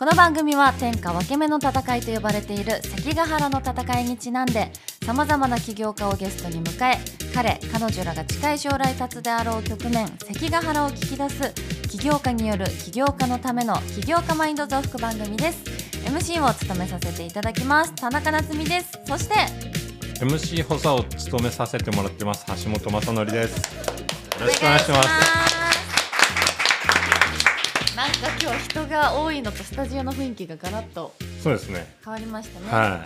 この番組は天下分け目の戦いと呼ばれている関ヶ原の戦いにちなんで、さまざまな起業家をゲストに迎え、彼女らが近い将来立つであろう局面関ヶ原を聞き出す起業家による起業家のための起業家マインド増幅番組です。 MC を務めさせていただきます田中夏実です。そして MC 補佐を務めさせてもらってます橋本正則です。よろしくお願いします。 なんか今日人が多いのとスタジオの雰囲気がガラッとそうですね。 変わりましたね。 はい。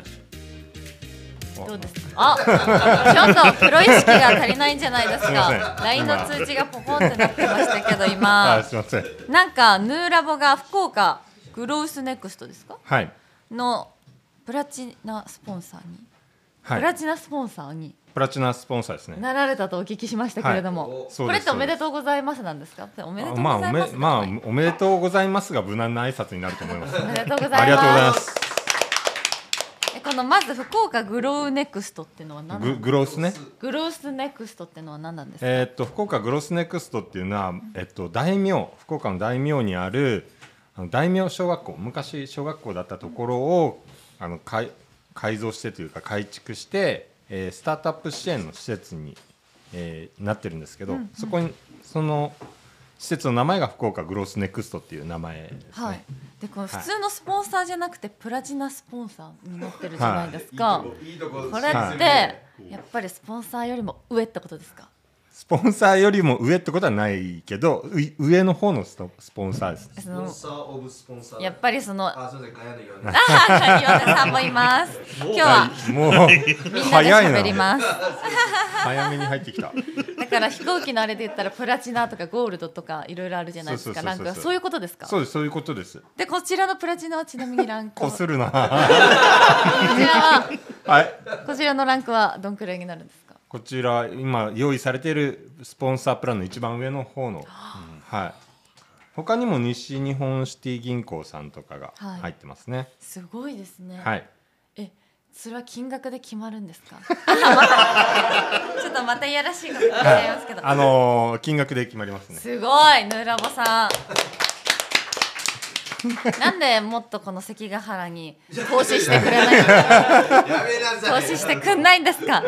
どうですか。ちょっとプロ意識が足りないんじゃないですか。 すいません LINE の通知がポコンってなってましたけど今すいません。 なんかヌーラボが福岡グロウスネクストですかはい。 のプラチナスポンサーに、 はい。 プラチナスポンサーにプラチナスポンサーですね。 なられたとお聞きしましたけれども、 はい、 これっておめでとうございますなんですか。おめでとうございます。 おめでとうございますが無難な挨拶になると思います。 おめでとうございます。 ありがとうございます。 このまず福岡グロウネクストっていうのは何なんですか。 グロスね。 グロウスネクストっていうのは何なんですか。 福岡グロスネクストっていうのは、大名、福岡の大名にある大名小学校、昔小学校だったところを改造してというか改築して、スタートアップ支援の施設に、なってるんですけど、そこにその施設の名前が福岡グロスネクストっていう名前ですね。 はい。でこの普通のスポンサーじゃなくてプラチナスポンサーになってるじゃないですか。これってやっぱりスポンサーよりも上ってことですか。 スポンサーよりも上ってことはないけど、上の方のスポンサーです。 スポンサーオブスポンサー。 やっぱりそのすみません、ガヤのような。 岩根さんもいます。今日はもうみんなで喋ります。 早めに入ってきた。 だから飛行機のあれで言ったらプラチナとかゴールドとかいろいろあるじゃないですか。ランクはそういうことですか。 そうです、そういうことです。 でこちらのプラチナはちなみにランクこするな。 はい。こちらのランクはどんくらいになるんですか。 こちら今用意されているスポンサープランの一番上の方の、はい。他にも西日本シティ銀行さんとかが入ってますね。 すごいですね。 はい。 それは金額で決まるんですか。ちょっとまたいやらしいこと言っちゃいますけど、 金額で決まりますね。 すごいヌーラボさん。なんでもっとこの関ヶ原に投資してくれないんですか。投資してくんないんですか。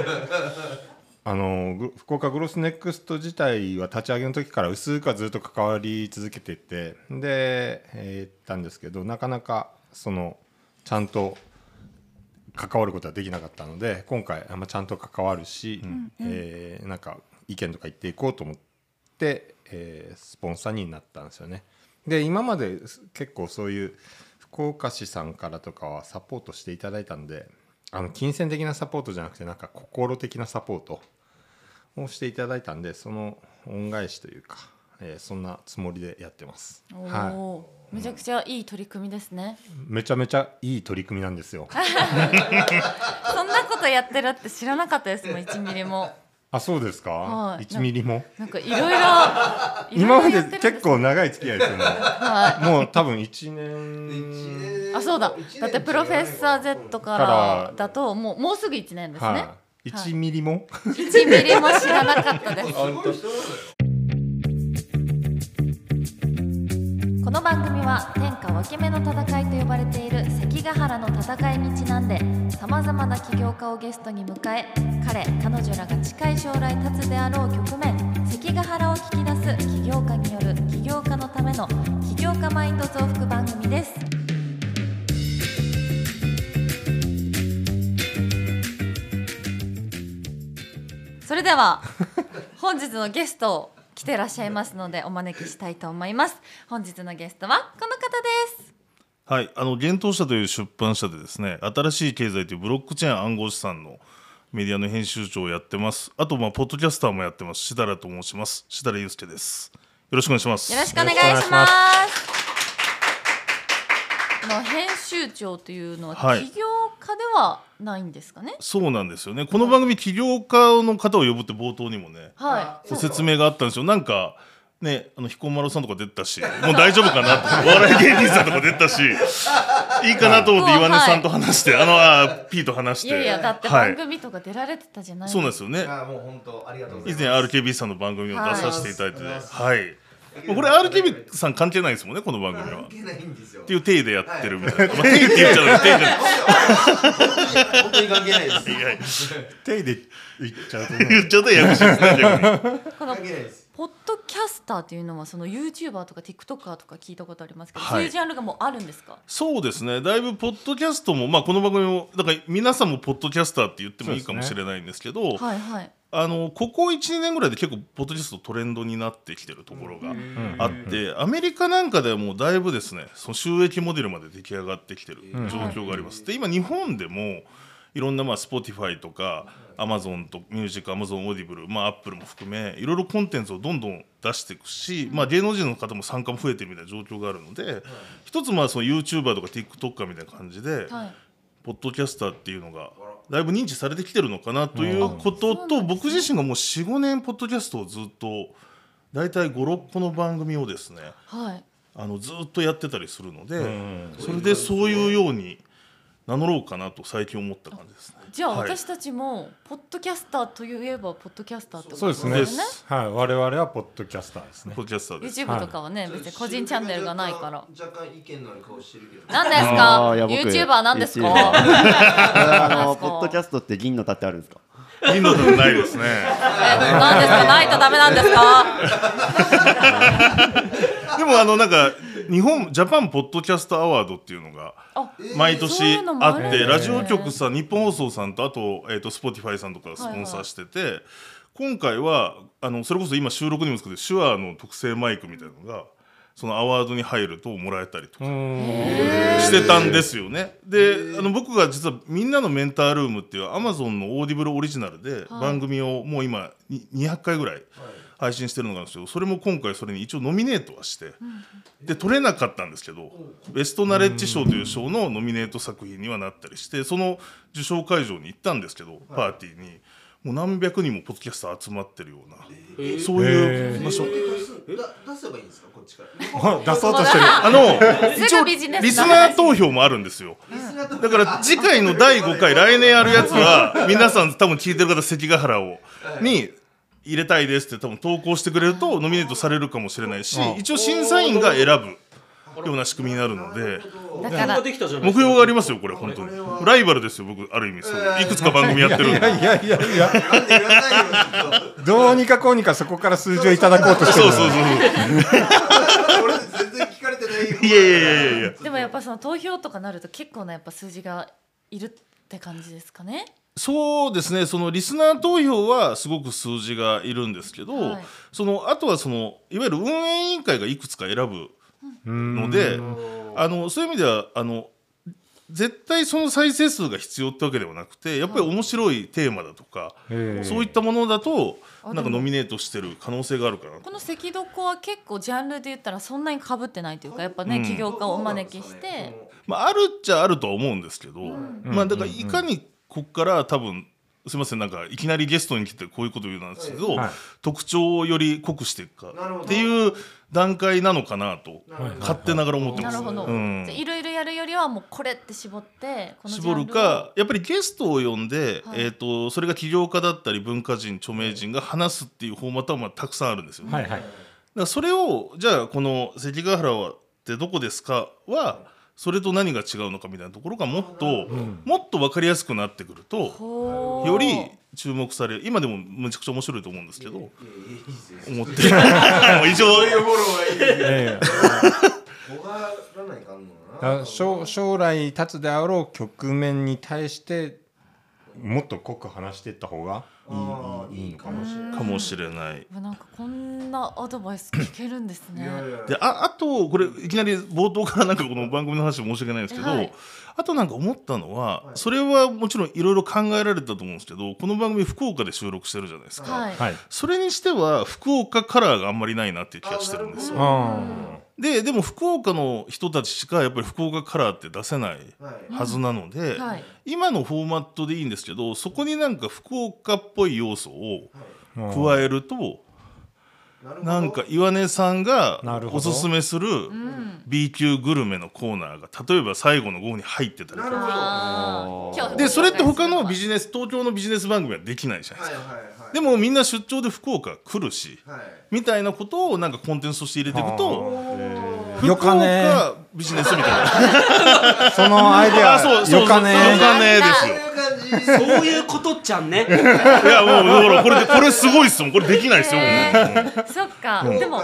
福岡グロスネクスト自体は立ち上げの時から薄くはずっと関わり続けてて、で、たんですけど、なかなかちゃんと関わることはできなかったので、今回ちゃんと関わるし、なんか意見とか言っていこうと思って、スポンサーになったんですよね。で今まで結構そういう福岡市さんからとかはサポートしていただいたんで、金銭的なサポートじゃなくてなんか心的なサポートをしていただいたんで、その恩返しというか、そんなつもりでやってます。 はい、めちゃくちゃいい取り組みですね。 めちゃめちゃいい取り組みなんですよ。 そんなことやってるって知らなかったですもん、1ミリも。 あ、そうですか。 はい、 1ミリも。 なんかいろいろ今まで結構長い付き合いですよね。 はい、 もう多分1年。 あ、そうだ。だってプロフェッサー Z からだともうすぐ1年ですね。 1ミリも 1ミリも知らなかったです。この番組は天下分け目の戦いと呼ばれている関ヶ原の戦いにちなんで、さまざまな起業家をゲストに迎え、彼女らが近い将来立つであろう局面関ヶ原を聞き出す起業家による起業家のための起業家マインド増幅番組です。それでは本日のゲストを来てらっしゃいますのでお招きしたいと思います。本日のゲストはこの方です。 はい、幻冬舎という出版社でですね、新しい経済というブロックチェーン暗号資産のメディアの編集長をやってます。あとポッドキャスターもやってます。しだらと申します。しだらゆうすけです。よろしくお願いします。 よろしくお願いします。編集長というのは起業家ではないんですかね。 そうなんですよね。この番組起業家の方を呼ぶって冒頭にもね、ご説明があったんですよ。なんかね、彦摩呂さんとか出たし、もう大丈夫かなと、お笑い芸人さんとか出たし、いいかなと思って岩根さんと話して、P と話して。 いやだって番組とか出られてたじゃないですか。 そうなんですよね。 もう本当ありがとうございます。 以前 RKB さんの番組を出させていただいて、はい。 これ RKB さん関係ないですもんねこの番組は。 関係ないんですよ。 っていう体でやってるみたいな。まあ、体って言っちゃうの体じゃない。 本当に関係ないです。 手で言っちゃうと言っちゃうと役所ですね逆に。 この関係ないです。 ポッドキャスターっていうのはその YouTuber とか TikToker とか聞いたことありますけど、 はいそういうジャンルがもうあるんですか？ そうですね。だいぶポッドキャストもまあこの番組もだから皆さんもポッドキャスターって言ってもいいかもしれないんですけど、 はいはい。 ここ 1,2 年ぐらいで結構ポッドキャストトレンドになってきてるところがあって、アメリカなんかではもうだいぶですねその収益モデルまで出来上がってきてる状況があります。で今日本でもいろんなまあ Spotify とか Amazon とミュージック Amazon オーディブル、まあ、Apple も含めいろいろコンテンツをどんどん出していくし、まあ、芸能人の方も参加も増えてるみたいな状況があるので、一つまあその YouTuber とか TikToker みたいな感じで、 はいポッドキャスターっていうのがだいぶ認知されてきてるのかなということと、僕自身がもう 4,5 年ポッドキャストをずっとだいたい 5,6 個の番組をですねはいずっとやってたりするので、それでそういうように名乗ろうかなと最近思った感じですね。 じゃあはい私たちもポッドキャスターといえばポッドキャスターってことそうですねですね。 はい我々はポッドキャスターですねポッドキャスターです。 YouTube とかはね、別に個人チャンネルがないから。 若干意見のある顔してるけど。 何ですあかーいや僕 YouTuber 何ですか YouTuber 何ですかポッドキャストって銀の盾あるんですか？ 銀の盾ないですね。 何ですかないとダメなんですか？ でもなんか日本ジャパンポッドキャストアワードっていうのがあ毎そうい年うのもあって、 あるんですねラジオ局さん日本放送さんとあとSpotify さんとかがスポンサーしてて、今回はそれこそ今収録にもですけど手話の特製マイクみたいなのがそのアワードに入るともらえたりとかしてたんですよね。で僕が実はみんなのメンタールームっていう Amazon のオーディブルオリジナルで番組をもう今200回ぐらい配信してるのがあるんですけど、それも今回それに一応ノミネートはしてで取れなかったんですけど、ベストナレッジ賞という賞のノミネート作品にはなったりして、その受賞会場に行ったんですけどパーティーにもう何百人もポッドキャスター集まってるようなそういう場所。 出せばいいんですかこっちから。 出そうとしてるすぐビジネスリスナー投票もあるんですよ。だから次回の第5回来年やるやつは皆さん多分聞いてる方関ヶ原をに入れたいですって多分投稿してくれるとノミネートされるかもしれないし、一応審査員が選ぶような仕組みになるのでだからできたじゃ目標がありますよこれ本当にライバルですよ僕ある意味そういくつか番組やってるんで。 いやいやいやなんで言わないよ。 どうにかこうにかそこから数字をいただこうとしてるそうそうそう俺全然聞かれてないよ。 いやいやいやいやでもやっぱその投票とかなると結構なやっぱ数字がいるって感じですかね。 そうですね、そのリスナー投票はすごく数字がいるんですけど、 はいあとはいわゆる運営委員会がいくつか選ぶので、そういう意味では絶対その再生数が必要ってわけではなくて、やっぱり面白いテーマだとか、そういったものだとなんかノミネートしてる可能性があるかなと。 この赤床は結構ジャンルで言ったらそんなに被ってないというか、やっぱね、起業家をお招きしてあるっちゃあるとは思うんですけど、だからいかにこっから多分すみませんなんかいきなりゲストに来てこういうこと言うなんですけど、特徴をより濃くしていくかっていう段階なのかなと勝手ながら思ってます。 なるほど、いろいろやるよりはもうこれって絞ってこのジャンルを絞るかやっぱりゲストを呼んで、それが起業家だったり文化人著名人が話すっていうフォーマットはたくさんあるんですよね。だからそれをじゃあこの関ヶ原はってどこですかはそれと何が違うのかみたいなところがもっと分かりやすくなってくるとより注目される。今でもむちゃくちゃ面白いと思うんですけど思ってる以上将来立つであろう局面に対してもっと濃く話していった方がいいのかもしれない。 なんかこんなアドバイス聞けるんですね。 であとこれいきなり冒頭からなんかこの番組の話申し訳ないんですけど、あとなんか思ったのは、それはもちろんいろいろ考えられたと思うんですけど、この番組福岡で収録してるじゃないですか、それにしては福岡カラーがあんまりないなっていう気がしてるんですよ。でも福岡の人たちしかやっぱり福岡カラーって出せないはずなので、今のフォーマットでいいんですけど、そこになんか福岡っぽい要素を加えると、なんか岩根さんがおすすめする B 級グルメのコーナーが例えば最後の号に入ってたりとかで、それって他の東京のビジネス番組はできないじゃないですか。 でもみんな出張で福岡来るし、みたいなことをなんかコンテンツとして入れていくと福岡ビジネスみたいなそのアイデアよかねですよ。 そういうことっちゃんね。 いやもうだからこれすごいっすもん。これできないっすよ。 そっか。でも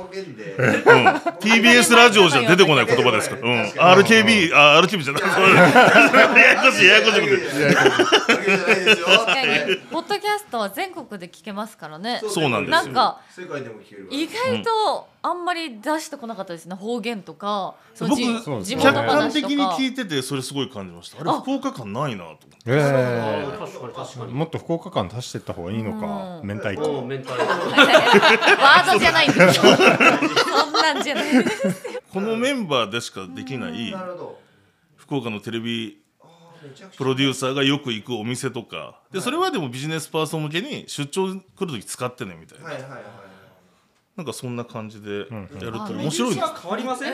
TBS ラジオじゃ出てこない言葉ですから。RKB じゃない。ややこしいこと。 確かにポッドキャストは全国で聞けますからね。 そうなんですよ。 なんか意外とあんまり出してこなかったですね。方言とか僕地元話とか。 客観的に聞いててそれすごい感じました。あれ福岡感ないなと思って。 もっと福岡感足していった方がいいのか。明太子。 ワードじゃないんですよ。そんなんじゃないですよ。 このメンバーでしかできない福岡のテレビプロデューサーがよく行くお店とかで、それはでもビジネスパーソン向けに出張来るとき使ってねみたいな。なんかそんな感じでやると面白いです。 変わりません？ あ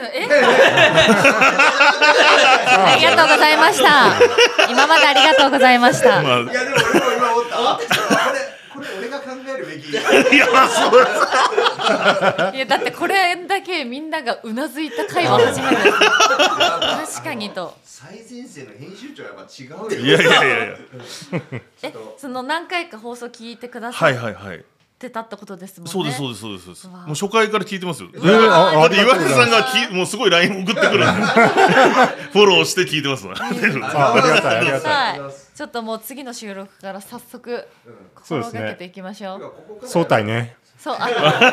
りがとうございました。今までありがとうございました。 いやでも俺も今思った。これ俺が考えるべき。 いやいやだってこれだけみんながうなずいた回は初めてです。確かにと。 最前線の編集長はやっぱ違うよ。 いや。 その何回か放送聞いてください。ってたってことですもんね。 そうです。もう初回から聞いてますよ。岩あ井さんがもうすごい LINE 送ってくるんでフォローして聞いてますね。 ありがたい。 ちょっともう次の収録から早速心がけていきましょう。 総体ね。 そうちゃんね。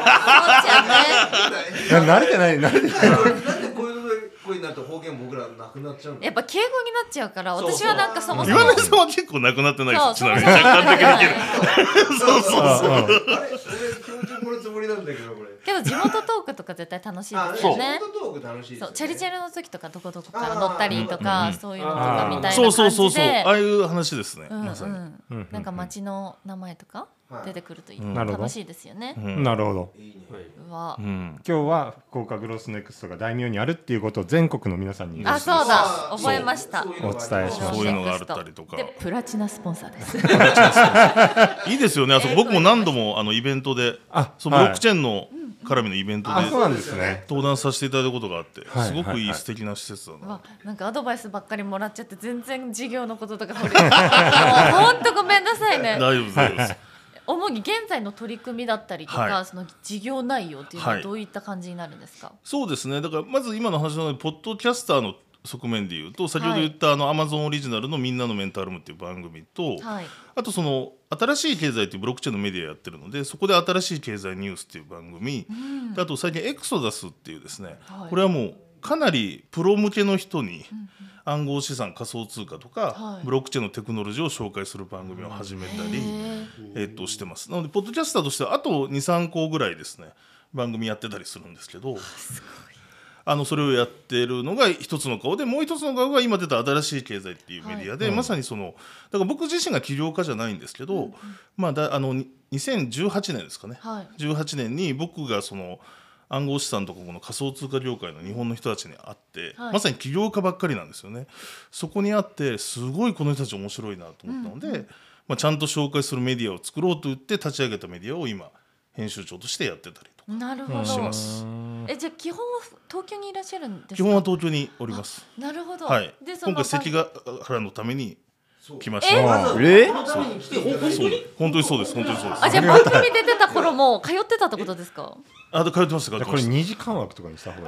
慣れてない。 なんでこういう声になると方言僕らなくなっちゃうの？ やっぱ敬語になっちゃうから私はなんかそもそも岩井さんは結構なくなってないです。ちなみに客観的にそう。 あれ俺標準語のつもりなんだけどこれ。 けど地元トークとか絶対楽しいですよね。 地元トーク楽しいですよね。 チャリチャリの時とかどこから乗ったりとかそういうのとかみたいな感じで。 ああいう話ですね。まさに。 なんか町の名前とか出てくると楽しいですよね。 なるほど。 今日は福岡グロスネクストが大名にあるっていうことを全国の皆さんにそうだ覚えました。 お伝えしました。 そういうのがあったりとか。 でプラチナスポンサーです。 いいですよね。あそこ僕も何度もイベントでそのブロックチェーンの絡みのイベントで登壇させていただいたことがあってすごくいい素敵な施設だな。 なんかアドバイスばっかりもらっちゃって全然事業のこととか掘り本当ごめんなさいね。 大丈夫です。 主に現在の取り組みだったりとか、その事業内容っていうのはどういった感じになるんですか？ そうですね。だからまず今の話のようにポッドキャスターの側面でいうと先ほど言ったAmazonオリジナルのみんなのメンタルームっていう番組と、あとその新しい経済っていうブロックチェーンのメディアやってるのでそこで新しい経済ニュースっていう番組、あと最近エクソダスっていうですね、これはもうかなりプロ向けの人に暗号資産仮想通貨とかブロックチェーンのテクノロジーを紹介する番組を始めたりしてます。なのでポッドキャスターとしてはあと 2,3 個ぐらいですね番組やってたりするんですけど、それをやってるのが一つの顔でもう一つの顔が今出た新しい経済っていうメディアで、まさにそのだから僕自身が起業家じゃないんですけど、2018年ですかね、18年に僕がその暗号資産とかこの仮想通貨業界の日本の人たちに会って、まさに起業家ばっかりなんですよね。そこに会ってすごいこの人たち面白いなと思ったので、ちゃんと紹介するメディアを作ろうと言って立ち上げたメディアを今編集長としてやってたりとかします。 じゃあ基本は東京にいらっしゃるんですか？ 基本は東京におります。 なるほど。 で今回関ヶ原のために来ました。 本当にそうです。じゃあ番組で出た頃も通ってたってことですか？ 通ってました。 これ2時間枠とかにした方が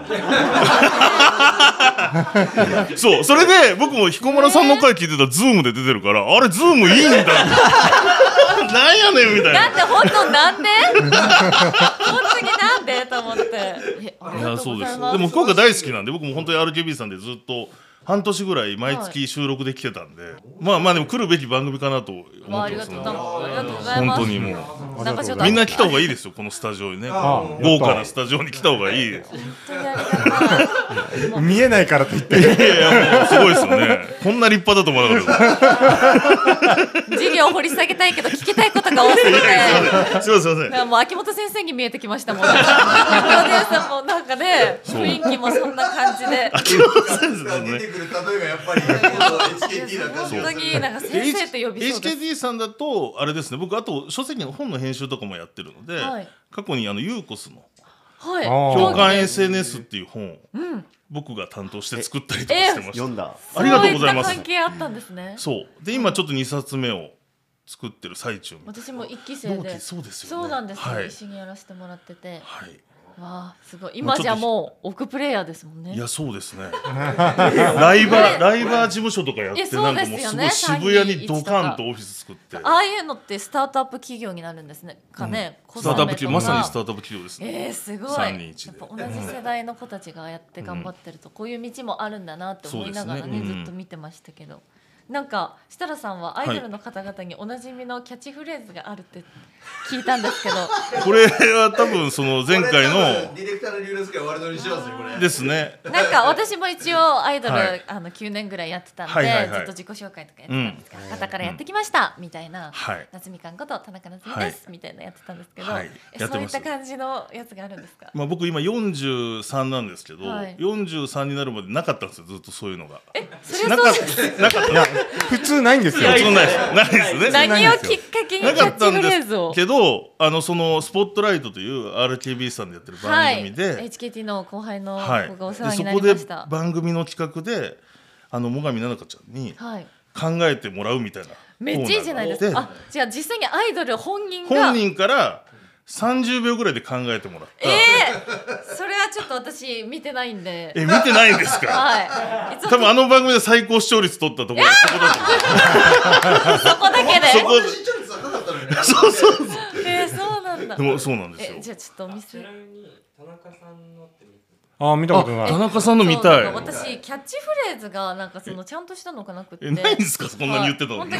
いい。そう、それで僕も彦摩呂さんの回聞いてたらズームで出てるからあれズームいいんだなんやねんみたいな。 だって本当なんで本当になんでと思って。 いやそうです。でも福岡大好きなんで僕も本当に RKB さんでずっと半年ぐらい毎月収録できてたんで、でも来るべき番組かなと思ってます。 ありがとうございます。 本当にもうみんな来た方がいいですよこのスタジオにね。豪華なスタジオに来た方がいいです。 見えないからといって。 いやもうすごいですよね。こんな立派だと思わなかった。 授業を掘り下げたいけど聞きたいことが多すぎて。 すいません。 もう秋元先生に見えてきましたもん。プロデューサーもなんかね雰囲気もそんな感じで。 秋元先生ね。 くる例えがやっぱりHKT な感じ本当になんか先生って呼びそうです。 HKT さんだとあれですね、僕あと書籍の本の編集とかもやってるので、 はい過去にユーコスのはい。 共感同期で SNS っていう本を僕が担当して作ったりとかしてました。 読んだ。 ありがとうございますそういった関係あったんですね。 そうで今ちょっと2冊目を作ってる最中みたい私も一期生な。同で。 期そうですよね。 そうなんですよ、 はい一緒にやらせてもらってて。 はいわあすごい。今じゃもう億プレイヤーですもんね。 いやそうですねライバー事務所とかやっていやそうなんかですよねもうすごい渋谷にドカンとオフィス作ってああいうのってスタートアップ企業になるんですね。かね。 スタートアップ企業まさにスターートアップ企業ですね。 すごい。 321 やっぱ同じ世代の子たちがやって頑張ってると、こういう道もあるんだなって思いながらね、 そうですねずっと見てましたけど。なんか設楽さんはアイドルの方々におなじみのキャッチフレーズがあるって聞いたんですけど、 これは多分その前回のディレクターの龍之介はワールドにしてますよこれですね。 なんか私も一応アイドル、 はい 9年ぐらいやってたんで、 はいはいはいずっと自己紹介とかやってたんですけど、方からやってきましたみたいな、 はい夏みかんこと田中夏みです、みたいなやってたんですけど、 はいやってますそういった感じのやつがあるんですか？ まあ僕今43なんですけど、 はい 43になるまでなかったんですよ、ずっとそういうのが。 それなかったなかった普通ないんですよ。 いやそんなないですね。 何をきっかけにキなかャッチフったんでレーズをすけど、そのスポットライトという RKB さんでやってる番組で、 はい、HKT の後輩のはい、 子がお世で話になそこでりました。 番組の企画で最上奈々香ちゃんにはい、 考えてもらうみたいなめっちゃいいじゃないですか。あ、じゃあ実際にアイドル本人が本人から30秒ぐらいで考えてもらった。 それはちょっと私見てないんで、 見てないんですか？ はい、いつも多分あの番組で最高視聴率取ったところそこだと思う。 そこだけで。 そこ視聴率高かったのよねそうそうそうなんだ。 でもそうなんですよ。 じゃあちょっとお見せ。 ちなみに田中さんのって見てあ、見たことない。 田中さんの見そうたい。 なんか私キャッチフレーズがなんかそのちゃんとしたのがなくて。 ないんですか？そんなに言ってたのに。 本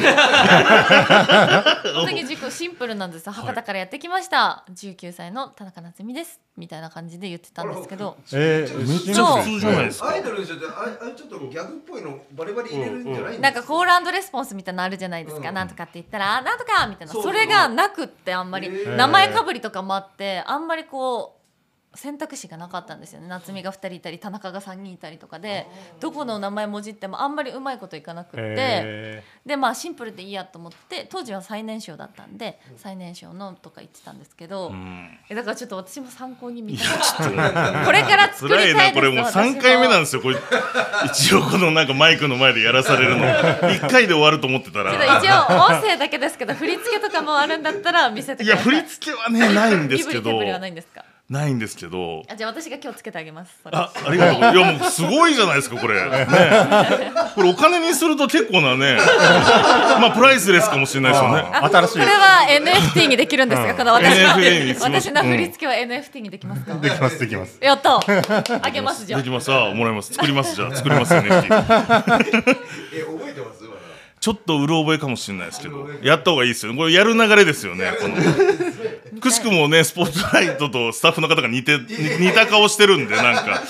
当に自己シンプルなんです。博多からやってきました19歳の田中夏実ですみたいな感じで言ってたんですけど、 めっちゃ普通じゃないですか。 アイドルの人ってちょっとギャグっぽいのバリバリ入れるんじゃないんですか？ なんかコール&レスポンスみたいなのあるじゃないですか、なんとかって言ったらあなんとかみたいな、 そうそれがなくってあんまり名前かぶりとかもあってあんまりこう選択肢がなかったんですよね。夏実が2人いたり田中が3人いたりとかでどこの名前もじってもあんまりうまいこといかなくってでまあシンプルでいいやと思って当時は最年少だったんで最年少のとか言ってたんですけど、だからちょっと私も参考に見たいこれから作り辛いな、 たいです。 これもう3回目なんですよ。これ一応このなんかマイクの前でやらされるの1回で終わると思ってたけどら、 一応音声だけですけど振り付けとかもあるんだったら見せてください。 いや振り付けはねないんですけど身振り手振りはないんですか？ ないんですけど、 あじゃあ私が今日つけてあげます。それありがとう。いやもうすごいじゃないですかこれね。これお金にすると結構なね、まあプライスレスかもしれないですよね。 新しいこれは NFT にできるんですか？この私 NFT にしのます私の振り付けは NFT にできますか？ できますできます。 やったあげますじゃあできます。もらいます。作りますじゃあ作りますよね。 覚えてますまだちょっとうる覚えかもしれないですけど、やった方がいいですよね。これやる流れですよね。このくしくもね、スポットライトとスタッフの方が似た顔してるんで、なんか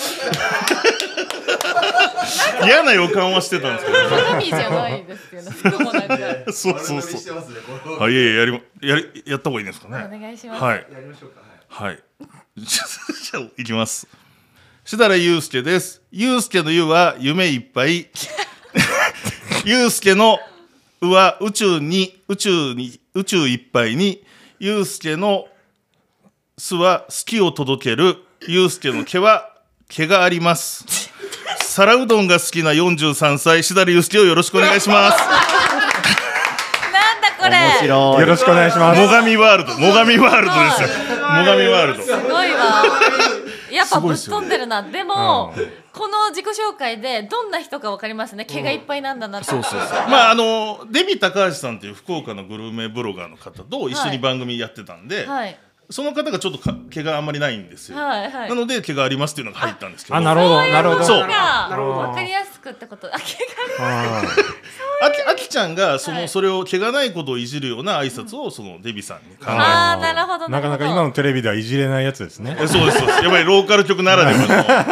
嫌な予感はしてたんですけど、 鏡じゃないですよね。服もなんかそうそうそ丸飲みしてますねこう。 のいやいややった方がいいんですかね。 お願いします。 はいやりましょうかはい。じゃあいきます。設楽祐介です。祐介の「祐」は夢いっぱい。祐介の「う」は宇宙いっぱいに。祐介の「す」は好きを届ける。祐介の「け」は毛があります。皿うどんが好きな43歳設楽祐介をよろしくお願いします。 なんだこれ。 面白い。 よろしくお願いします。 最上ワールドですよ。最上ワールド。 すごいわ。やっぱぶっ飛んでるな。でも、この自己紹介でどんな人かわかりますね。毛がいっぱいなんだなって。 そうそうそう。まあデビ高橋さんという福岡のグルメブロガーの方と一緒に番組やってたんで、 はいその方がちょっと毛があんまりないんですよ。 はいはいな。ので毛がありますっていうのが入ったんですけど。 あ、なるほどなるほど。 そうわかりやすくってこと。あ、毛があきちゃんがはいそれを毛がないことをいじるような挨拶をそのデビさんに考えて。 あーなるほどなかなか今のテレビではいじれないやつですね。 そうですそうです。やっぱりローカル局ならで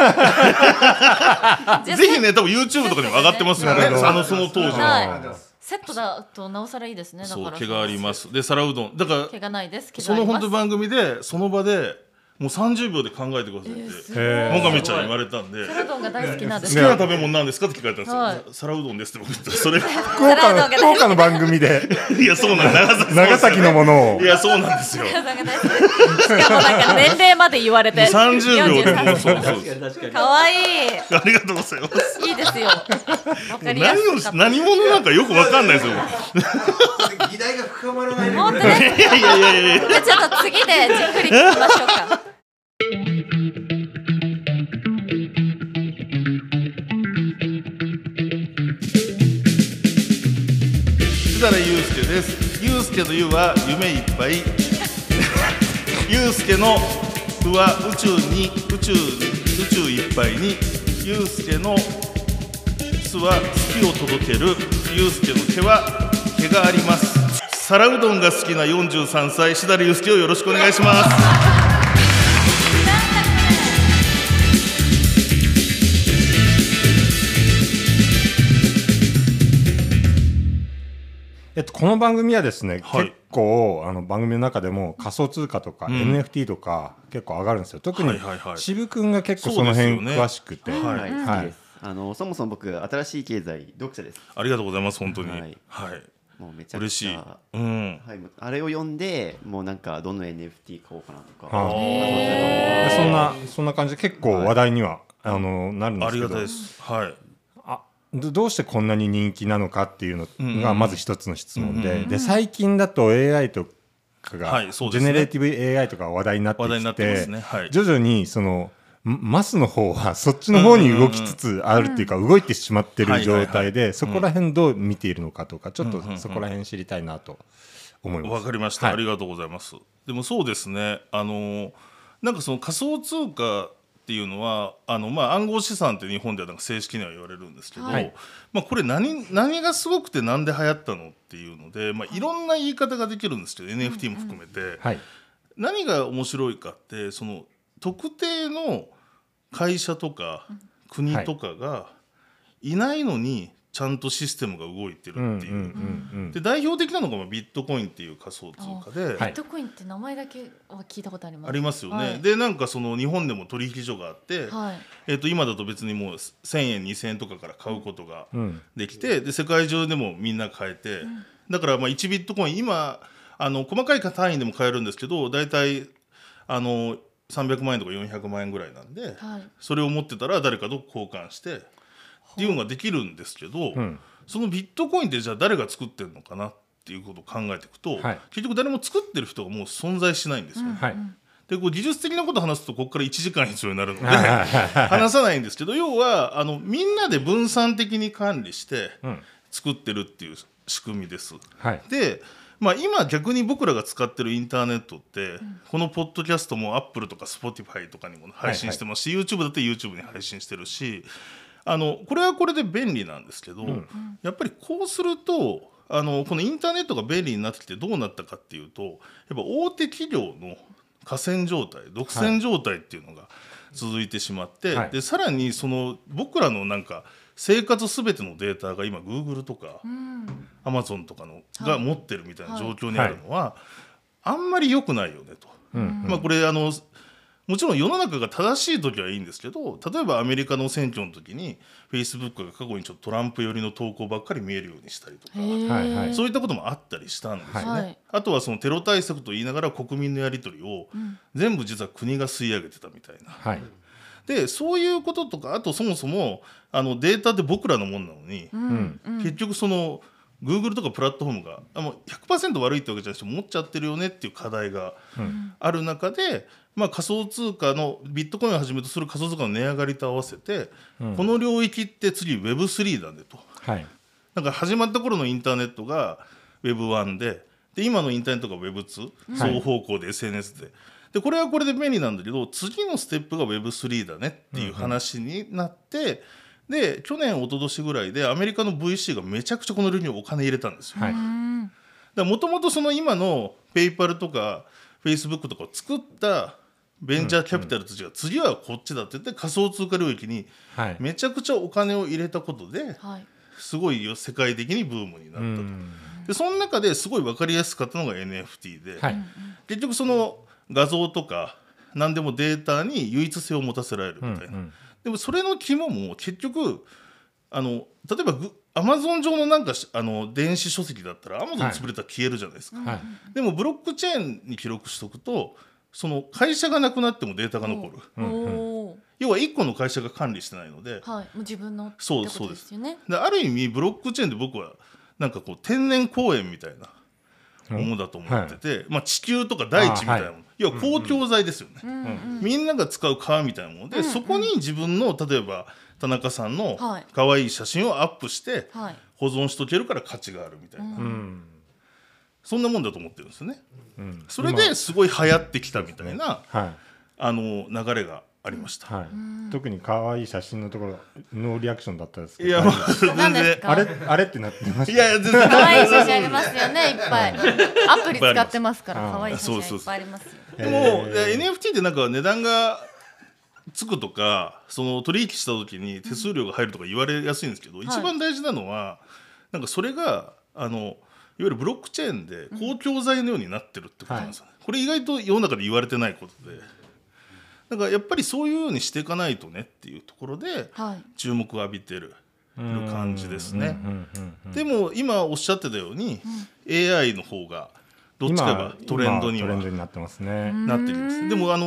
はの。ぜひね、多分 YouTube とかにも上がってますよね。その当時の。 はい。セットだとなおさらいいですね。だからそう毛があります。で皿うどんだから毛がないです。毛がそのあります本当番組でその場でもう30秒で考えてくださいってへーもがみちゃんに言われたんで、 サラドンが大好きなんで好きすな食べ物なんですかって聞かれたんですよ、 はい皿うどんですって僕言ったらそれ福岡の番組でいやそうなん長崎のものをいやそうなんですよサラドンが大好きですしかもなんか年齢まで言われて 30秒でもうそうそう確かに確かに。 かわいいありがとうございますいいですよわかりやすかった何者なんかよくわかんないですよ議題が深まらないね。 本当ですいやいやいやいやじゃあちょっと次でじっくり聞きましょうかしだれゆうすけです。ゆうすけのゆは夢いっぱいゆうすけのふは宇宙いっぱいにゆうすけのすは好きを届けるゆうすけの毛は毛があります。皿うどんが好きな43歳しだれゆうすけをよろしくお願いします。 この番組はですね、 はい結構番組の中でも仮想通貨とか NFT とか結構上がるんですよ。特にはいはいはい渋くんが結構その辺そうですよね詳しくて、 はいはい、好きです。そもそも僕新しい経済読者です。 ありがとうございます本当に。 ははいい。 もうめちゃく嬉しいちゃ。 うん。 はい、もうあれを読んでもうなんかどの NFT 買おうかなとか。 あへでそんな感じで結構話題には、なるんですけど、 ありがたいです。はい。 どうしてこんなに人気なのかっていうのがまず一つの質問で、 うんで最近だと AI とかが、 はいそうですねジェネレーティブ AI とか話題になって話題になきってますて、 ね。はい。 徐々にそのマスの方はそっちの方に動きつつあるっていうか、動いてしまってる状態で、そこら辺どう見ているのかとか、ちょっとそこら辺知りたいなと思います。 わかりました、 はいありがとうございます。でもそうですね、なんかその仮想通貨っていうのは暗号資産って日本ではなんか正式には言われるんですけど、 はいこれ何がすごくてなんで流行ったのっていうので、いろんな言い方ができるんですけど、NFT も含めて、 はい何が面白いかってその特定の会社とか国とかがいないのにちゃんとシステムが動いてるっていう。で代表的なのがビットコインっていう仮想通貨で、 はいビットコインって名前だけは聞いたことあります。 ありますよね、 はいでなんかその日本でも取引所があって、 はい今だと別にもう1000円2000円とかから買うことがうんできて、で世界中でもみんな買えて、だから1ビットコイン今細かい単位でも買えるんですけど、だいたい300万円とか400万円ぐらいなんで、 はいそれを持ってたら誰かと交換してっていうのができるんですけど、 うんそのビットコインってじゃあ誰が作ってるのかなっていうことを考えていくと、 はい結局誰も作ってる人がもう存在しないんですよね。 はいでこう技術的なことを話すとここから1時間必要になるのではいはいはい話さないんですけど、要はみんなで分散的に管理してうん作ってるっていう仕組みです。 はいで、今逆に僕らが使ってるインターネットって、このポッドキャストも Apple とか Spotify とかにも配信してますし、YouTube だって YouTube に配信してるし、これはこれで便利なんですけど、やっぱりこうするとこのインターネットが便利になってきてどうなったかっていうと、やっぱ大手企業の寡占状態独占状態っていうのが続いてしまって、 はいでさらにその僕らのなんか生活すべてのデータが今 Google とか Amazon とかのが持ってるみたいな状況にあるのは、あんまり良くないよねと。これもちろん世の中が正しい時はいいんですけど、例えばアメリカの選挙の時に Facebook が過去にちょっとトランプ寄りの投稿ばっかり見えるようにしたりとか、 はいはいそういったこともあったりしたんですよね。 はいあとはそのテロ対策と言いながら国民のやり取りを全部実は国が吸い上げてたみたいな。 はいでそういうこととか、あとそもそもデータって僕らのもんなのに、結局その Google とかプラットフォームが100% 悪いってわけじゃなくて持っちゃってるよねっていう課題がある中で、仮想通貨のビットコインをはじめとする仮想通貨の値上がりと合わせて、この領域って次 Web3 なんでと。 はいなんか始まった頃のインターネットが Web1 で今のインターネットが Web2、双方向で SNS でこれはこれで便利なんだけど、次のステップが Web3 だねっていう話になって、で去年一昨年ぐらいでアメリカの VC がめちゃくちゃこの領域にお金入れたんですよ。 はいもともとその今のペイパルとか Facebook とかを作ったベンチャーキャピタルたちが次はこっちだって言って仮想通貨領域にはいめちゃくちゃお金を入れたことではいすごい世界的にブームになったと。でその中ですごい分かりやすかったのが NFT で、 はい結局その画像とか何でもデータに唯一性を持たせられるみたいな、でもそれの肝も結局例えばアマゾン上のなんか電子書籍だったらアマゾン潰れたら消えるじゃないですか、でもブロックチェーンに記録しておくとその会社がなくなってもデータが残る、要は1個の会社が管理してないので、 もう自分のそうってことですよね。 である意味ブロックチェーンで僕はなんかこう天然公園みたいなものだと思ってて、地球とか大地みたいなもの、要は公共財ですよね、みんなが使う川みたいなもので、そこに自分の例えば田中さんの可愛い写真をアップして保存しとけるから価値があるみたいな、そんなもんだと思ってるんですよね、それですごい流行ってきたみたいな、流れがありました、 特に可愛い写真のところノーリアクションだったですけど、 いや全然あれってなってました。 いや全然可愛い写真ありますよね、いっぱいアプリ使ってますから可愛い写真いっぱいありますよ。 でも NFT ってなんか値段がつくとかその取引した時に手数料が入るとか言われやすいんですけど、一番大事なのはなんかそれがいわゆるブロックチェーンで公共財のようになってるってことなんですよね、これ意外と世の中で言われてないことで、だからやっぱりそういうようにしていかないとねっていうところで注目を浴びてる感じですね。でも今おっしゃってたように AI の方がどっちかがトレンドにはなってますね。 なってきます。でも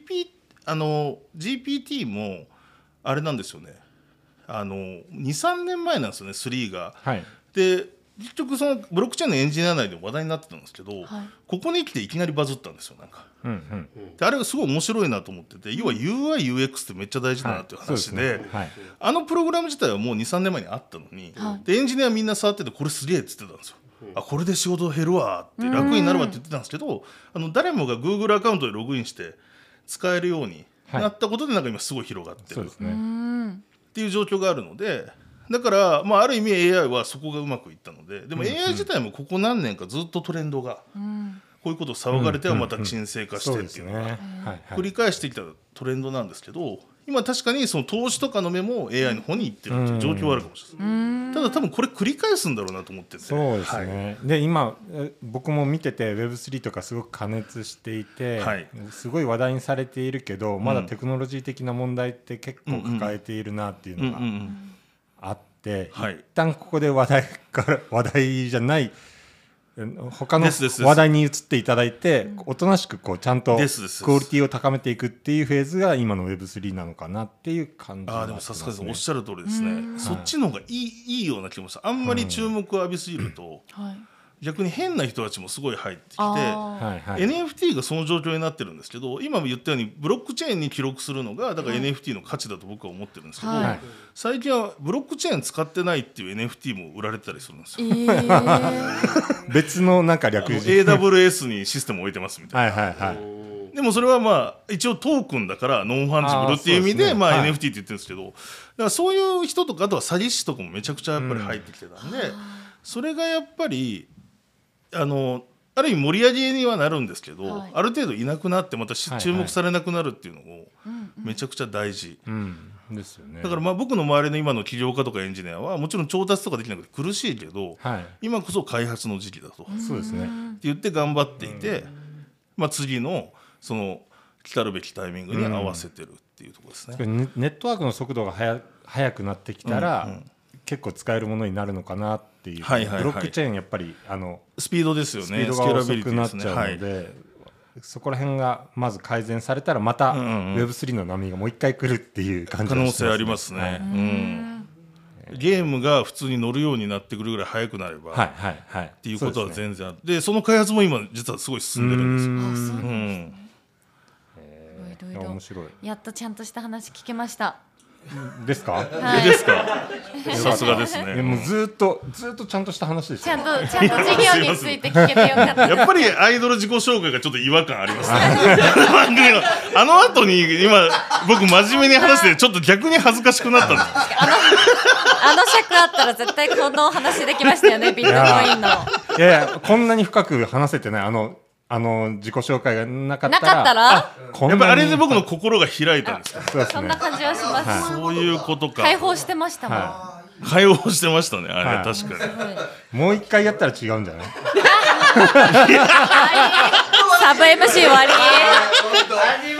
GPT もあれなんですよね、2、3年前なんですよね、3が、で結局そのブロックチェーンのエンジニア内で話題になってたんですけど、ここに来ていきなりバズったんですよなんか、であれがすごい面白いなと思ってて、要は UIUX ってめっちゃ大事だなっていう話で、プログラム自体はもう 2,3 年前にあったのに、でエンジニアみんな触っててこれすげえって言ってたんですよ、これで仕事減るわって楽になるわって言ってたんですけど、誰もが Google アカウントでログインして使えるようになったことでなんか今すごい広がってるっていう状況があるので、だから、ある意味 AI はそこがうまくいったので、でも AI 自体もここ何年かずっとトレンドが、こういうことを騒がれてはまた沈静化してっていうのが繰り返してきたトレンドなんですけど、今確かにその投資とかの目も AI の方に行ってるっていう状況はあるかもしれない。ただ多分これ繰り返すんだろうなと思ってて、 そうですね、で今僕も見てて Web3 とかすごく過熱していて、すごい話題にされているけど、まだテクノロジー的な問題って結構抱えているなっていうのがあって、一旦ここで話題じゃない他の話題に移っていただいて、おとなしくこうちゃんとクオリティを高めていくっていうフェーズが今の Web3 なのかなっていう感じ、 でもさすがです、おっしゃる通りですね、そっちの方がいいような気もした。あんまり注目を浴びすぎると、逆に変な人たちもすごい入ってきて、NFT がその状況になってるんですけど、今も言ったようにブロックチェーンに記録するのがだから NFT の価値だと僕は思ってるんですけど、最近はブロックチェーン使ってないっていう NFT も売られてたりするんですよ、 別のなんか略字 AWS にシステムを置いてますみたいな、でもそれは一応トークンだからノンファンジブルっていう意味でNFT って言ってるんですけど、だからそういう人とかあとは詐欺師とかもめちゃくちゃやっぱり入ってきてたんで、それがやっぱりある意味盛り上げにはなるんですけど、ある程度いなくなってまた注目されなくなるっていうのもめちゃくちゃ大事ですよね。 だから僕の周りの今の起業家とかエンジニアはもちろん調達とかできなくて苦しいけど、今こそ開発の時期だとそうですねって言って頑張っていて、次のその来たるべきタイミングに合わせてるっていうところですね。 ネットワークの速度が速くなってきたら、結構使えるものになるのかなっていう、ブロックチェーンやっぱりスピードですよね、 スピードが遅くなっちゃうので、そこら辺がまず改善されたらまた Web3 の波がもう一回来るっていう感じがしますね。 可能性ありますね、ゲームが普通に乗るようになってくるぐらい速くなれば、っていうことは全然ある。でその開発も今実はすごい進んでるんですよ。 いろいろ面白い。やっとちゃんとした話聞けましたですか？ ですか？さすがですね。 もうずっとちゃんとした話でした。 ちゃんと事業について聞けてよかった。 やっぱりアイドル自己紹介がちょっと違和感ありますね。番組の後に今僕真面目に話してちょっと逆に恥ずかしくなったんです。 尺あったら絶対この話できましたよね、ビットコインの。 いやこんなに深く話せてない自己紹介がなかったらやっぱあれで僕の心が開いたんですか？ そんな感じはします。 そういうことか。 解放してましたもん。 解放してましたね、あれ確かに。もう一回やったら違うんじゃない？ サブ MC 終わり。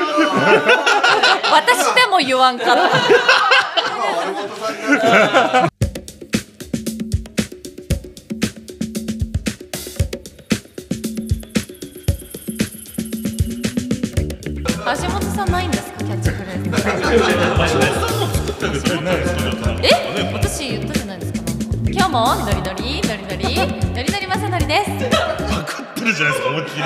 私でも言わんかった。橋本さんないんですか、キャッチフレーズ。私言ったじゃないですか。今日もノリノリノリノリノリノリまさのりです。 パクってるじゃないですか、思いっきり。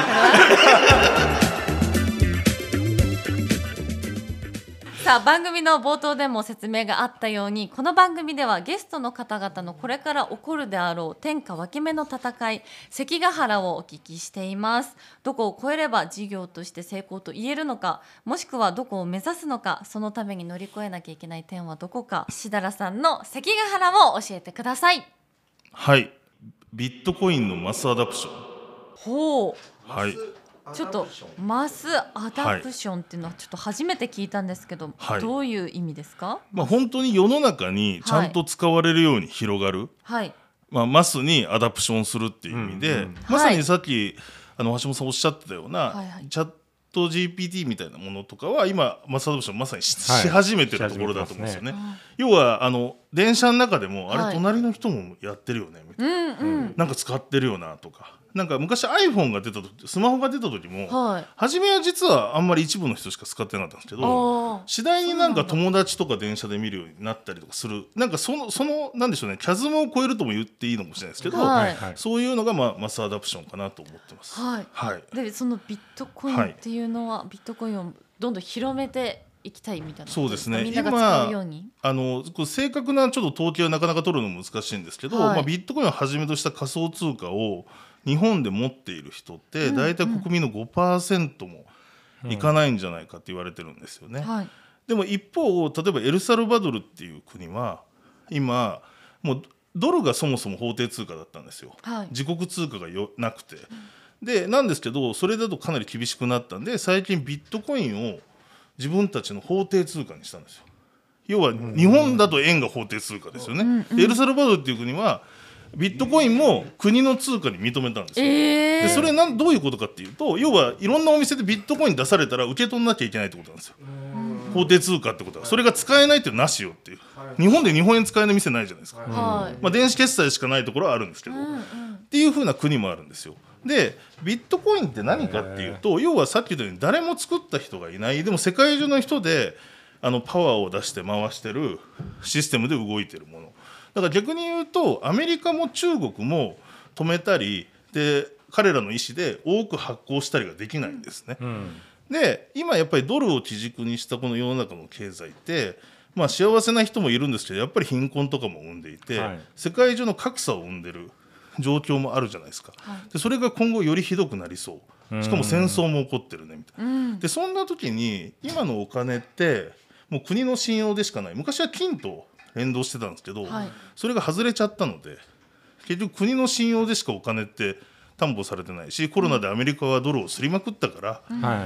さあ、番組の冒頭でも説明があったように、この番組ではゲストの方々のこれから起こるであろう天下分け目の戦い、関ヶ原をお聞きしています。どこを越えれば事業として成功と言えるのか、もしくはどこを目指すのか、そのために乗り越えなきゃいけない点はどこか、しだらさんの関ヶ原を教えてください。 はい、ビットコインのマスアダプション。 ほう、 はい、 ちょっとマスアダプションっていうのはちょっと初めて聞いたんですけど、 はい、 どういう意味ですか？ 本当に世の中にちゃんと使われるように広がる、 はい、 マスにアダプションするっていう意味で、まさにさっき橋本さんおっしゃってたような、チャット GPT みたいなものとかは今マスアダプションまさに し始めてるところだと思うんですよね。要は電車の中でも、あれ隣の人もやってるよねみたいな、なんか使ってるよなとか。なんか昔 iPhone が出た時、スマホが出た時も、初めは実はあんまり一部の人しか使ってなかったんですけど、次第になんか友達とか電車で見るようになったりとかする、なんかそのなんでしょうね、キャズムを超えるとも言っていいのかもしれないですけど、そういうのがマスアダプションかなと思ってます。 でそのビットコインっていうのは、ビットコインをどんどん広めていきたいみたいな。 そうですね。 みんなが使うように。 正確なちょっと統計はなかなか取るの難しいんですけど、ビットコインをはじめとした仮想通貨を日本で持っている人って大体国民の 5% もいかないんじゃないかって言われてるんですよね。でも一方、例えばエルサルバドルっていう国は今もうドルがそもそも法定通貨だったんですよ。自国通貨がなくて、でなんですけど、それだとかなり厳しくなったんで、最近ビットコインを自分たちの法定通貨にしたんですよ。要は日本だと円が法定通貨ですよね。エルサルバドルっていう国はビットコインも国の通貨に認めたんですよ。でそれどういうことかっていうと、要はいろんなお店でビットコイン出されたら受け取んなきゃいけないってことなんですよ。法定通貨ってことは、それが使えないっていうのはなしよっていう。日本で日本円使えない店ないじゃないですか。電子決済しかないところはあるんですけど、っていう風な国もあるんですよ。でビットコインって何かっていうと、要はさっき言ったように誰も作った人がいない、でも世界中の人でパワーを出して回してるシステムで動いてるものだから、逆に言うとアメリカも中国も止めたりで、彼らの意思で多く発行したりができないんですね。で今やっぱりドルを基軸にしたこの世の中の経済って、幸せな人もいるんですけど、やっぱり貧困とかも生んでいて、世界中の格差を生んでる状況もあるじゃないですか。でそれが今後よりひどくなりそう。しかも戦争も起こってるねみたいな。でそんな時に今のお金ってもう国の信用でしかない。昔は金と連動してたんですけど、それが外れちゃったので、結局国の信用でしかお金って担保されてないし、コロナでアメリカはドルをすりまくったから、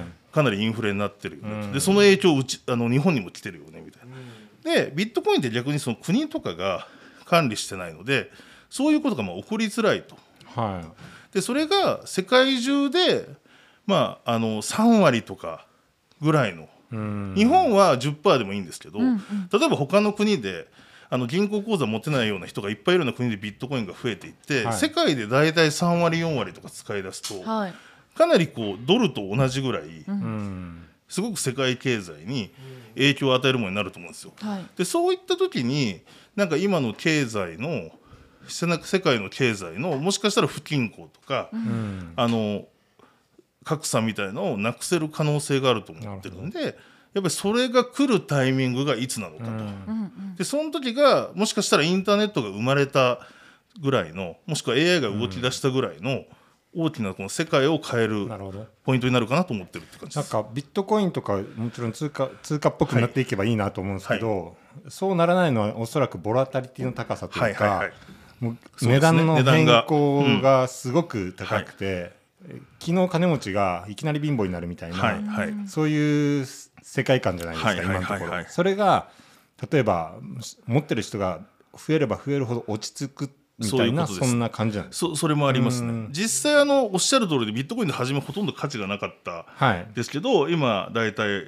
かなりインフレになってるよね、でその影響日本にも来てるよねみたいな。でビットコインって逆にその国とかが管理してないので、そういうことが起こりづらいと。でそれが世界中で、3割とかぐらいの、日本は 10% でもいいんですけど、例えば他の国で銀行口座持てないような人がいっぱいいるような国でビットコインが増えていって、世界で大体3割4割とか使い出すと、かなりドルと同じぐらい、すごく世界経済に影響を与えるものになると思うんですよ。でそういった時になんか今の経済の世界の経済のもしかしたら不均衡とか、格差みたいなのをなくせる可能性があると思ってるんで、やっぱりそれが来るタイミングがいつなのかと。でその時がもしかしたらインターネットが生まれたぐらいの、もしくは AI が動き出したぐらいの大きなこの世界を変えるポイントになるかなと思ってるって感じです。 なんかビットコインとかもちろん通貨っぽくなっていけばいいなと思うんですけど、そうならないのはおそらくボラタリティの高さというか、もう値段の変更がすごく高くて、昨日金持ちがいきなり貧乏になるみたいな、そういう世界観じゃないですか、今のところ。それが例えば持ってる人が増えれば増えるほど落ち着くみたいな、そんな感じなんです。 それもありますね。実際おっしゃる通りでビットコインで初めほとんど価値がなかったですけど、今だいたい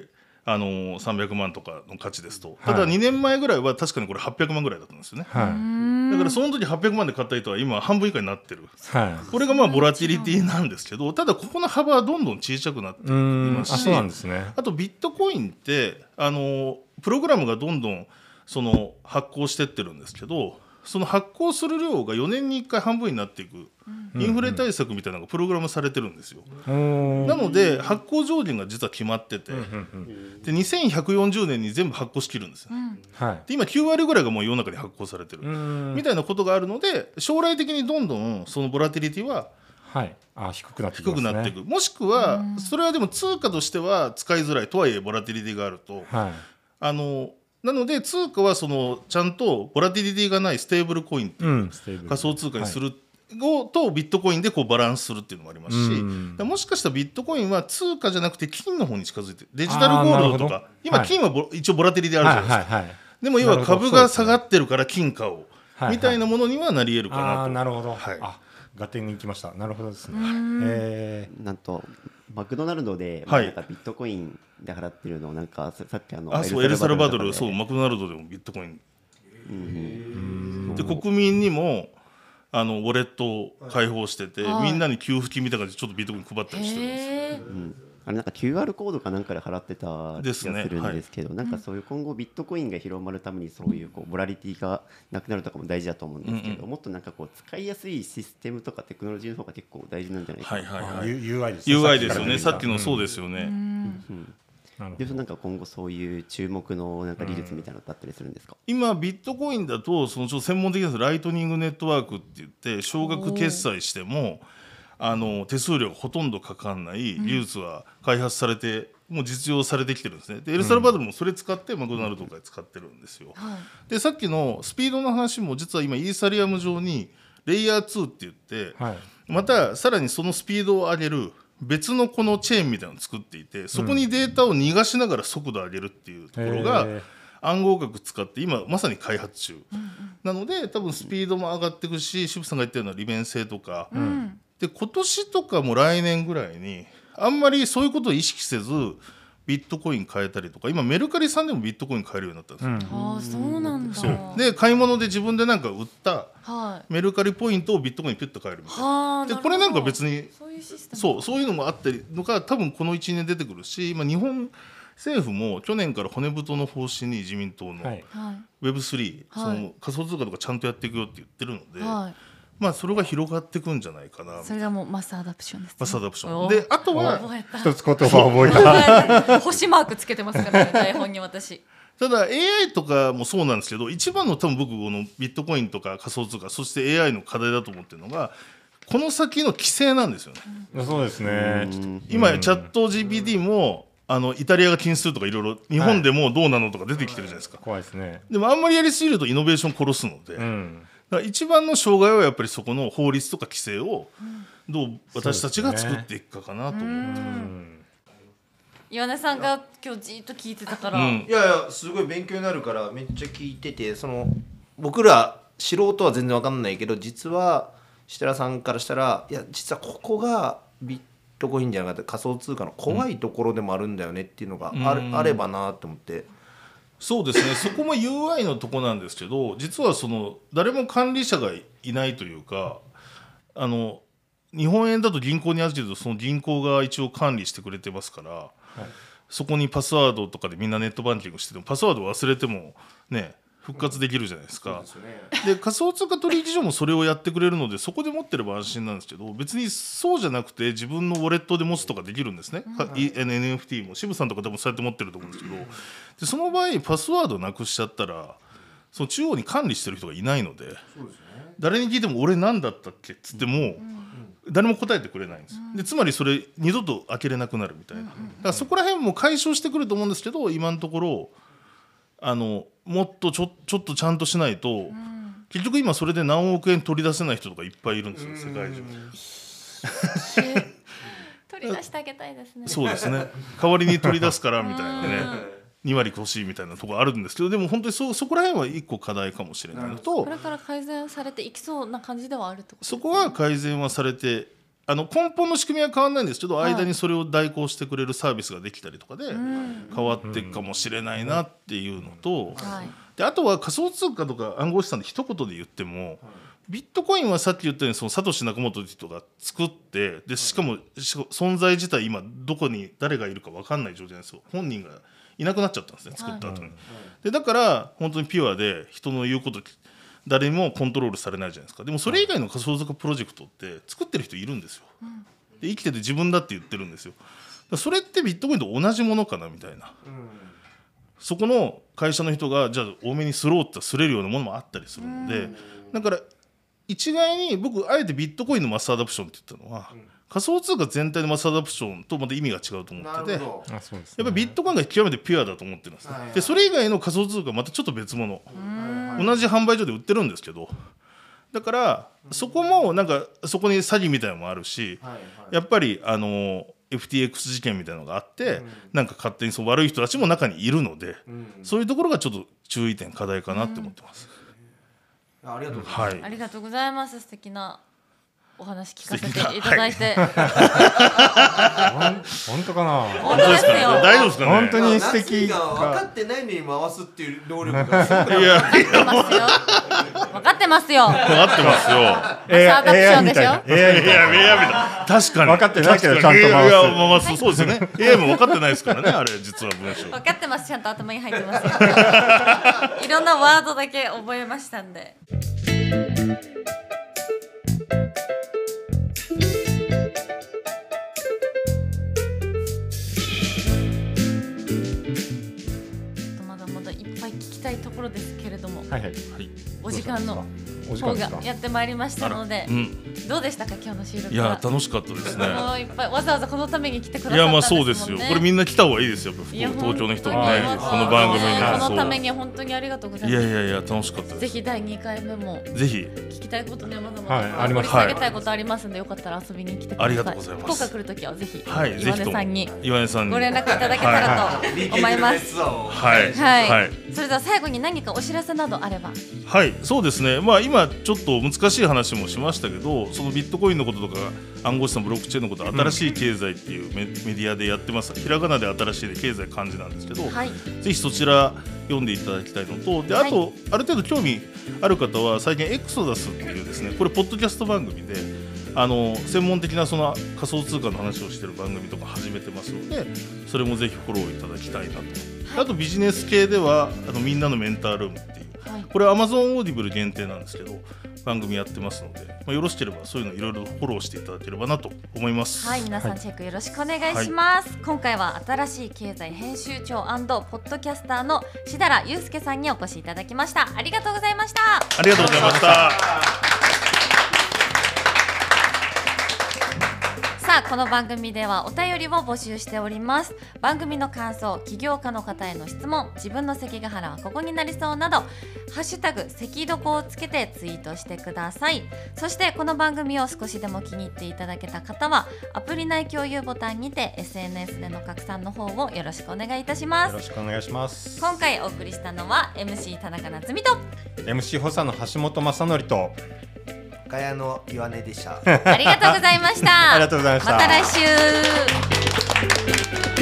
300万とかの価値ですと、ただ2年前ぐらいは確かにこれ800万ぐらいだったんですよね、だからその時800万で買った人は今半分以下になってる、これがまあボラティリティなんですけど、ただここの幅はどんどん小さくなっていますし、 そうなんですね。 あとビットコインってプログラムがどんどんその発行してってるんですけど、その発行する量が4年に1回半分になっていくインフレ対策みたいなのがプログラムされてるんですよ。なので発行上限が実は決まってて、で2140年に全部発行しきるんですよ、で今9割ぐらいがもう世の中に発行されてるみたいなことがあるので、将来的にどんどんそのボラティリティは低くなってきますね。 低くなっていく、もしくはそれはでも通貨としては使いづらいとはいえボラティリティがあると、なので通貨はそのちゃんとボラティリティがないステーブルコインっていう仮想通貨にするとビットコインでこうバランスするっていうのもありますし、もしかしたらビットコインは通貨じゃなくて金の方に近づいて、デジタルゴールドとか今金は一応ボラティリティあるじゃないですか、でも要は株が下がってるから金買おうみたいなものにはなり得るかなと。 なるほど、合点に行きました。なるほどですね。 なんとマクドナルドでなんかビットコインで払ってるのをなんかさっきエルサルバドル、そうマクドナルドでもビットコインで国民にもウォレットを開放してて、みんなに給付金みたいな感じでちょっとビットコイン配ったりしてるんですよ。 あれなんか QR コードかなんかで払ってた気がするんですけど、なんかそういう今後ビットコインが広まるためにそういうボラリティがなくなるとかも大事だと思うんですけど、もっとなんかこう使いやすいシステムとかテクノロジーの方が結構大事なんじゃないかな。 UI ですね。UI ですよね。さっきのそうですよね。 でなんか今後そういう注目のなんか技術みたいなのだったりするんですか？ 今ビットコインだとそのちょっと専門的なライトニングネットワークって言って少額決済しても手数料がほとんどかかんない技術は開発されて、もう実用されてきてるんですね。でエルサルバドルもそれ使ってマクドナルドとかで使ってるんですよ。でさっきのスピードの話も実は今イーサリアム上にレイヤー2って言って、またさらにそのスピードを上げる別のこのチェーンみたいなのを作っていて、そこにデータを逃がしながら速度を上げるっていうところが暗号学使って今まさに開発中、なので多分スピードも上がっていくし、渋さんが言ったような利便性とか、で今年とかも来年ぐらいにあんまりそういうことを意識せずビットコイン買えたりとか、今メルカリさんでもビットコイン買えるようになったんですよ。 そうなんだ。 で買い物で自分でなんか売ったメルカリポイントをビットコインにピュッと買えるみたいな。でこれなんか別にそういうのもあったりのが多分この1年出てくるし、今日本政府も去年から骨太の方針に自民党の Web3、その仮想通貨とかちゃんとやっていくよって言ってるので、まあそれが広がっていくんじゃないかな。 それがもうマスアダプションですね。 マスアダプションで、あとは一つ言葉を覚えた星マークつけてますからね、台本に私。 ただ AI とかもそうなんですけど、一番の多分僕このビットコインとか仮想通貨、そして AI の課題だと思ってるのがこの先の規制なんですよね。 そうですね。 今チャット GPT もイタリアが禁止するとかいろいろ日本でもどうなのとか出てきてるじゃないですか。 怖いですね。 でもあんまりやりすぎるとイノベーション殺すので、だから一番の障害はやっぱりそこの法律とか規制をどう私たちが作っていくかかなと思って。 岩根さんが今日じっと聞いてたから、 いやいやすごい勉強になるからめっちゃ聞いてて、その僕ら素人は全然わかんないけど、実は設楽さんからしたらいや実はここがビットコインじゃなくて仮想通貨の怖いところでもあるんだよねっていうのがあればなと思って。 そうですね、そこも UI のとこなんですけど、実はその誰も管理者がいないというか、日本円だと銀行に預けるとその銀行が一応管理してくれてますから、そこにパスワードとかでみんなネットバンキングしててもパスワード忘れてもね復活できるじゃないですか。で仮想通貨取引所もそれをやってくれるのでそこで持ってれば安心なんですけど、別にそうじゃなくて自分のウォレットで持つとかできるんですね。NFT も渋さんとか多分そうやって持ってると思うんですけど、でその場合パスワードなくしちゃったらその中央に管理してる人がいないので、誰に聞いても俺何だったっけっつっても誰も答えてくれないんです。でつまりそれ二度と開けれなくなるみたいな。だからそこら辺も解消してくると思うんですけど、今のところもっとちょっとちゃんとしないと、結局今それで何億円取り出せない人とかいっぱいいるんですよ、世界中に。 取り出してあげたいですね。 そうですね、代わりに取り出すからみたいなね、2割欲しいみたいなところあるんですけど、でも本当にそこら辺は一個課題かもしれないのと、 これから改善されていきそうな感じではあるってことですね。 そこは改善はされて根本の仕組みは変わらないんですけど、間にそれを代行してくれるサービスができたりとかで変わっていくかもしれないなっていうのと、であとは仮想通貨とか暗号資産で一言で言っても、ビットコインはさっき言ったようにそのサトシ・ナカモトという人が作って、でしかも存在自体今どこに誰がいるか分かんない状態なんですよ。本人がいなくなっちゃったんですね、作った後に。でだから本当にピュアで人の言うこと誰にもコントロールされないじゃないですか。でもそれ以外の仮想通貨プロジェクトって作ってる人いるんですよ。で生きてて自分だって言ってるんですよ。それってビットコインと同じものかなみたいな、そこの会社の人がじゃあ多めにすろうってすれるようなものもあったりするので、だから一概に僕あえてビットコインのマスアダプションって言ったのは、仮想通貨全体のマスアダプションとまた意味が違うと思ってて、やっぱりビットコインが極めてピュアだと思ってるんですね。でそれ以外の仮想通貨はまたちょっと別物、同じ販売所で売ってるんですけど、だからそこもなんかそこに詐欺みたいなのもあるし、やっぱりFTX 事件みたいなのがあって、なんか勝手にそう悪い人たちも中にいるので、そういうところがちょっと注意点課題かなって思ってます。 ありがとうございます。 ありがとうございます。素敵なお話聞かせていただいて、 本当かな。 本当ですよ。 大丈夫ですかね。 本当に素敵が分かってないのに回すっていう能力がすごくいや分かってますよ。 分かってますよ。 マスアダプションでしょ。 いや確かに分かってないけどちゃんと回す。 いや回す、そうですよね。AI も分かってないですからね、あれ実は文章。 分かってます。ちゃんと頭に入ってますよ。いろんなワードだけ覚えましたんで。まだまだいっぱい聞きたいところですけれども、お時間の方がやってまいりましたので、どうでしたか今日の収録は。 いや楽しかったですね。 いっぱいわざわざこのために来てくださったんですもんね。 いやまあそうですよ。これみんな来た方がいいですよ。東京の人もね、この番組にこのために本当にありがとうございます。 いや楽しかったです。 ぜひ第2回目もぜひ聞きたいことねまだまだあります。 掘り下げたいことありますんで、よかったら遊びに来てください。 ありがとうございます。 福岡来るときはぜひ岩根さんにご連絡絡いただけたらと思います。 はい。 それでは最後に何かお知らせなどあれば。 はい、そうですね。まあ今ちょっと難しい話もしましたけど、そのビットコインのこととか暗号資産ブロックチェーンのこと、新しい経済っていうメディアでやってます。ひらがなで新しいで経済漢字なんですけど、ぜひそちら読んでいただきたいのと、であとある程度興味ある方は最近エクソダスっていうですね、これポッドキャスト番組で専門的なその仮想通貨の話をしている番組とか始めてますので、それもぜひフォローいただきたいなと。あとビジネス系ではみんなのメンタールームっていう、これは Amazon オーディブル限定なんですけど番組やってますので、よろしければそういうのいろいろフォローしていただければなと思います。 はい、皆さんチェックよろしくお願いします。今回は新しい経済編集長&ポッドキャスターの志田祐介さんにお越しいただきました。ありがとうございました。 ありがとうございました。 さあこの番組ではお便りを募集しております。番組の感想、起業家の方への質問、自分の関ヶ原はここになりそうなどハッシュタグ関どこをつけてツイートしてください。そしてこの番組を少しでも気に入っていただけた方はアプリ内共有ボタンにて SNS での拡散の方をよろしくお願いいたします。 よろしくお願いします。 今回お送りしたのは MC 田中夏実と MC 補佐の橋本正則とかやの岩根でした。 ありがとうございました。 ありがとうございました。 また来週。